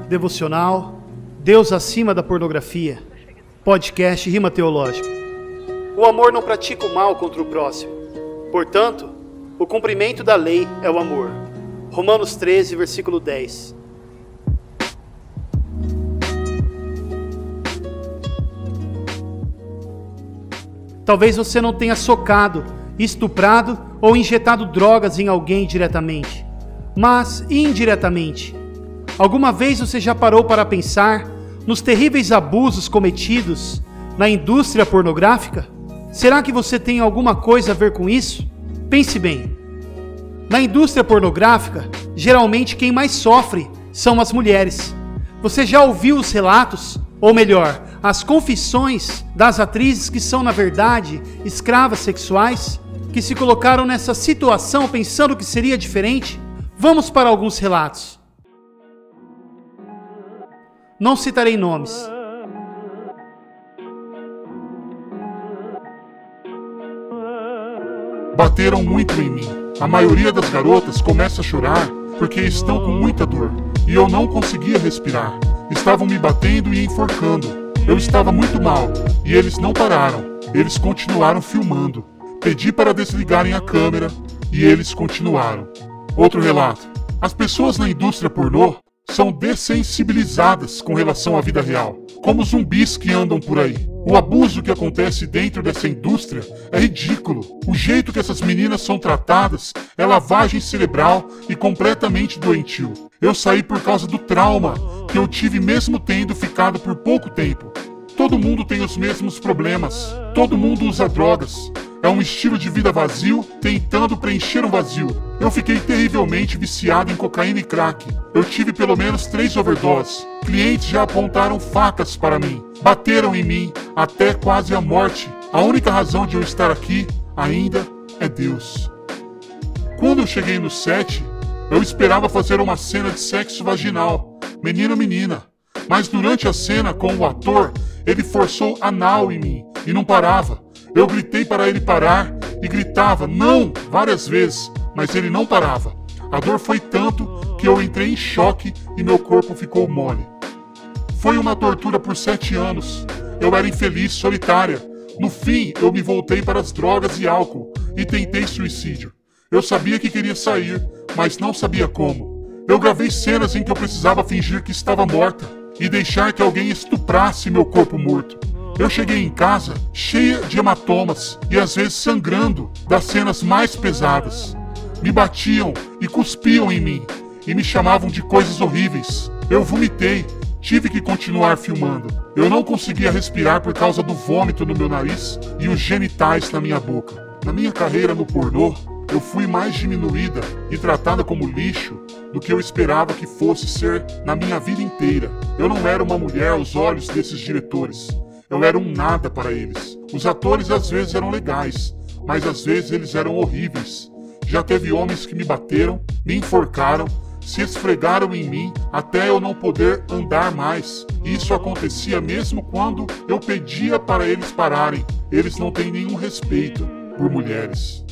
devocional, Deus acima da pornografia, podcast Rima Teológica. O amor não pratica o mal contra o próximo. Portanto, o cumprimento da lei é o amor. Romanos 13, versículo 10. Talvez você não tenha socado, estuprado ou injetado drogas em alguém diretamente, mas indiretamente. Alguma vez você já parou para pensar nos terríveis abusos cometidos na indústria pornográfica? Será que você tem alguma coisa a ver com isso? Pense bem. Na indústria pornográfica, geralmente quem mais sofre são as mulheres. Você já ouviu os relatos, ou melhor, as confissões das atrizes que são, na verdade, escravas sexuais, que se colocaram nessa situação pensando que seria diferente? Vamos para alguns relatos. Não citarei nomes. Bateram muito em mim. A maioria das garotas começa a chorar porque estão com muita dor. E eu não conseguia respirar. Estavam me batendo e enforcando. Eu estava muito mal. E eles não pararam. Eles continuaram filmando. Pedi para desligarem a câmera. E eles continuaram. Outro relato. As pessoas na indústria pornô são dessensibilizadas com relação à vida real, como zumbis que andam por aí. O abuso que acontece dentro dessa indústria é ridículo. O jeito que essas meninas são tratadas é lavagem cerebral e completamente doentio. Eu saí por causa do trauma que eu tive mesmo tendo ficado por pouco tempo. Todo mundo tem os mesmos problemas. Todo mundo usa drogas. É um estilo de vida vazio, tentando preencher um vazio. Eu fiquei terrivelmente viciado em cocaína e crack. Eu tive pelo menos 3 overdoses. Clientes já apontaram facas para mim. Bateram em mim, até quase a morte. A única razão de eu estar aqui, ainda, é Deus. Quando eu cheguei no set, eu esperava fazer uma cena de sexo vaginal. Menino-menina. Mas durante a cena com o ator, ele forçou anal em mim e não parava. Eu gritei para ele parar e gritava não várias vezes, mas ele não parava. A dor foi tanto que eu entrei em choque e meu corpo ficou mole. Foi uma tortura por 7 anos. Eu era infeliz, solitária. No fim, eu me voltei para as drogas e álcool e tentei suicídio. Eu sabia que queria sair, mas não sabia como. Eu gravei cenas em que eu precisava fingir que estava morta e deixar que alguém estuprasse meu corpo morto. Eu cheguei em casa cheia de hematomas e às vezes sangrando das cenas mais pesadas. Me batiam e cuspiam em mim e me chamavam de coisas horríveis. Eu vomitei, tive que continuar filmando. Eu não conseguia respirar por causa do vômito no meu nariz e os genitais na minha boca. Na minha carreira no pornô, eu fui mais diminuída e tratada como lixo do que eu esperava que fosse ser na minha vida inteira. Eu não era uma mulher aos olhos desses diretores. Eu era um nada para eles. Os atores às vezes eram legais, mas às vezes eles eram horríveis. Já teve homens que me bateram, me enforcaram, se esfregaram em mim até eu não poder andar mais. Isso acontecia mesmo quando eu pedia para eles pararem. Eles não têm nenhum respeito por mulheres.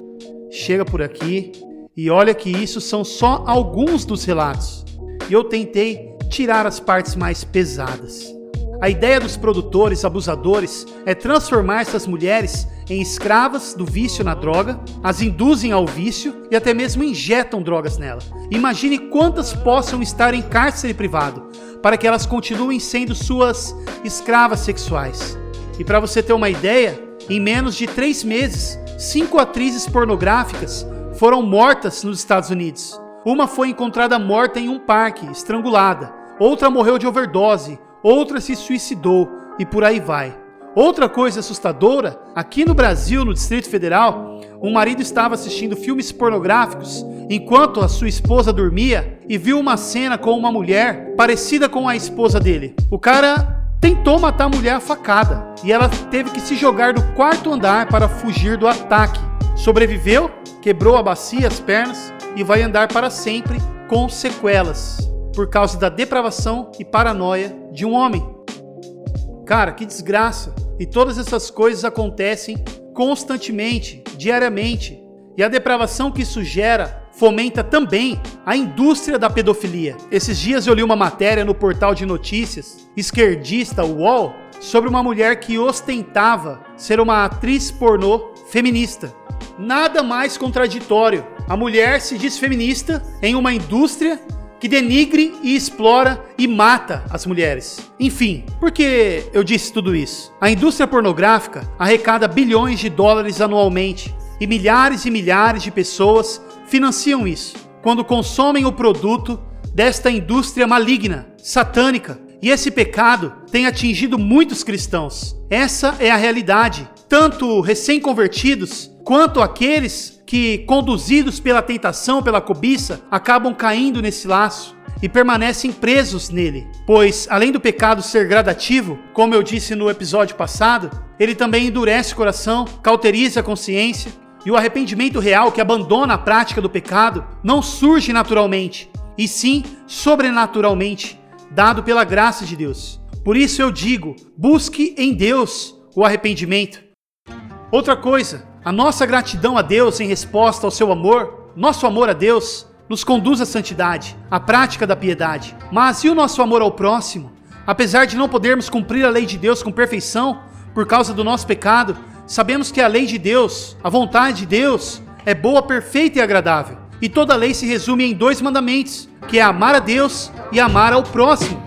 Chega por aqui e olha que isso são só alguns dos relatos. E eu tentei tirar as partes mais pesadas. A ideia dos produtores abusadores é transformar essas mulheres em escravas do vício na droga, as induzem ao vício e até mesmo injetam drogas nela. Imagine quantas possam estar em cárcere privado para que elas continuem sendo suas escravas sexuais. E para você ter uma ideia, em menos de 3 meses, 5 atrizes pornográficas foram mortas nos Estados Unidos. Uma foi encontrada morta em um parque, estrangulada. Outra morreu de overdose. Outra se suicidou e por aí vai. Outra coisa assustadora, aqui no Brasil, no Distrito Federal, um marido estava assistindo filmes pornográficos enquanto a sua esposa dormia e viu uma cena com uma mulher parecida com a esposa dele. O cara tentou matar a mulher a facada e ela teve que se jogar do 4º andar para fugir do ataque. Sobreviveu, quebrou a bacia, as pernas e vai andar para sempre com sequelas por causa da depravação e paranoia de um homem. Cara, que desgraça! E todas essas coisas acontecem constantemente, diariamente. E a depravação que isso gera fomenta também a indústria da pedofilia. Esses dias eu li uma matéria no portal de notícias esquerdista UOL sobre uma mulher que ostentava ser uma atriz pornô feminista. Nada mais contraditório. A mulher se diz feminista em uma indústria que denigre e explora e mata as mulheres. Enfim, por que eu disse tudo isso? A indústria pornográfica arrecada bilhões de dólares anualmente e milhares de pessoas financiam isso quando consomem o produto desta indústria maligna, satânica. E esse pecado tem atingido muitos cristãos. Essa é a realidade. Tanto recém-convertidos, quanto aqueles que, conduzidos pela tentação, pela cobiça, acabam caindo nesse laço e permanecem presos nele. Pois, além do pecado ser gradativo, como eu disse no episódio passado, ele também endurece o coração, cauteriza a consciência, e o arrependimento real que abandona a prática do pecado não surge naturalmente, e sim sobrenaturalmente, dado pela graça de Deus. Por isso eu digo, busque em Deus o arrependimento. Outra coisa, a nossa gratidão a Deus em resposta ao seu amor, nosso amor a Deus, nos conduz à santidade, à prática da piedade. Mas e o nosso amor ao próximo? Apesar de não podermos cumprir a lei de Deus com perfeição, por causa do nosso pecado, sabemos que a lei de Deus, a vontade de Deus, é boa, perfeita e agradável. E toda a lei se resume em 2 mandamentos, que é amar a Deus e amar ao próximo.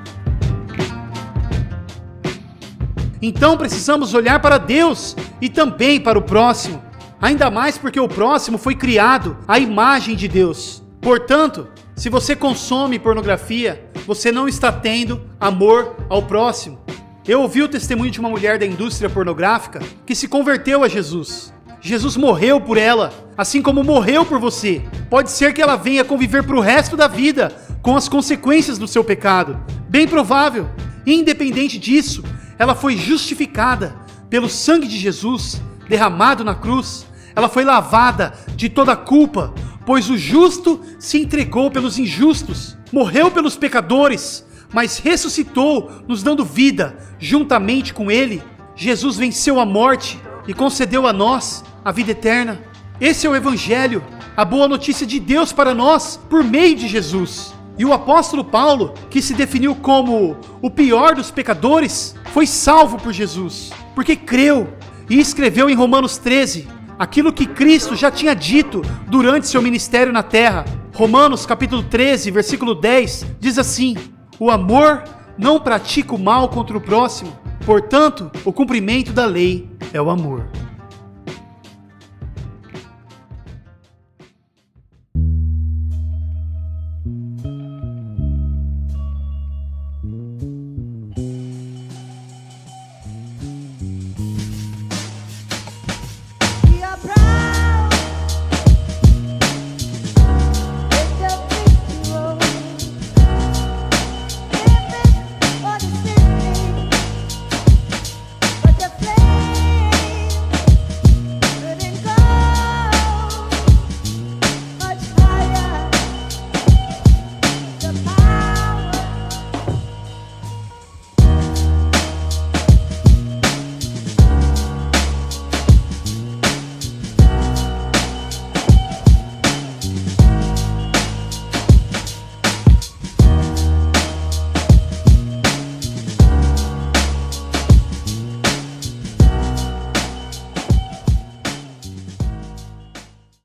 Então precisamos olhar para Deus e também para o próximo. Ainda mais porque o próximo foi criado à imagem de Deus. Portanto, se você consome pornografia, você não está tendo amor ao próximo. Eu ouvi o testemunho de uma mulher da indústria pornográfica que se converteu a Jesus. Jesus morreu por ela, assim como morreu por você. Pode ser que ela venha conviver para o resto da vida com as consequências do seu pecado. Bem provável. Independente disso, ela foi justificada pelo sangue de Jesus derramado na cruz. Ela foi lavada de toda culpa, pois o justo se entregou pelos injustos. Morreu pelos pecadores, mas ressuscitou, nos dando vida juntamente com ele. Jesus venceu a morte e concedeu a nós a vida eterna. Esse é o Evangelho, a boa notícia de Deus para nós, por meio de Jesus. E o apóstolo Paulo, que se definiu como o pior dos pecadores, foi salvo por Jesus, porque creu e escreveu em Romanos 13, aquilo que Cristo já tinha dito durante seu ministério na terra. Romanos capítulo 13, versículo 10, diz assim: o amor não pratica o mal contra o próximo, portanto, o cumprimento da lei é o amor.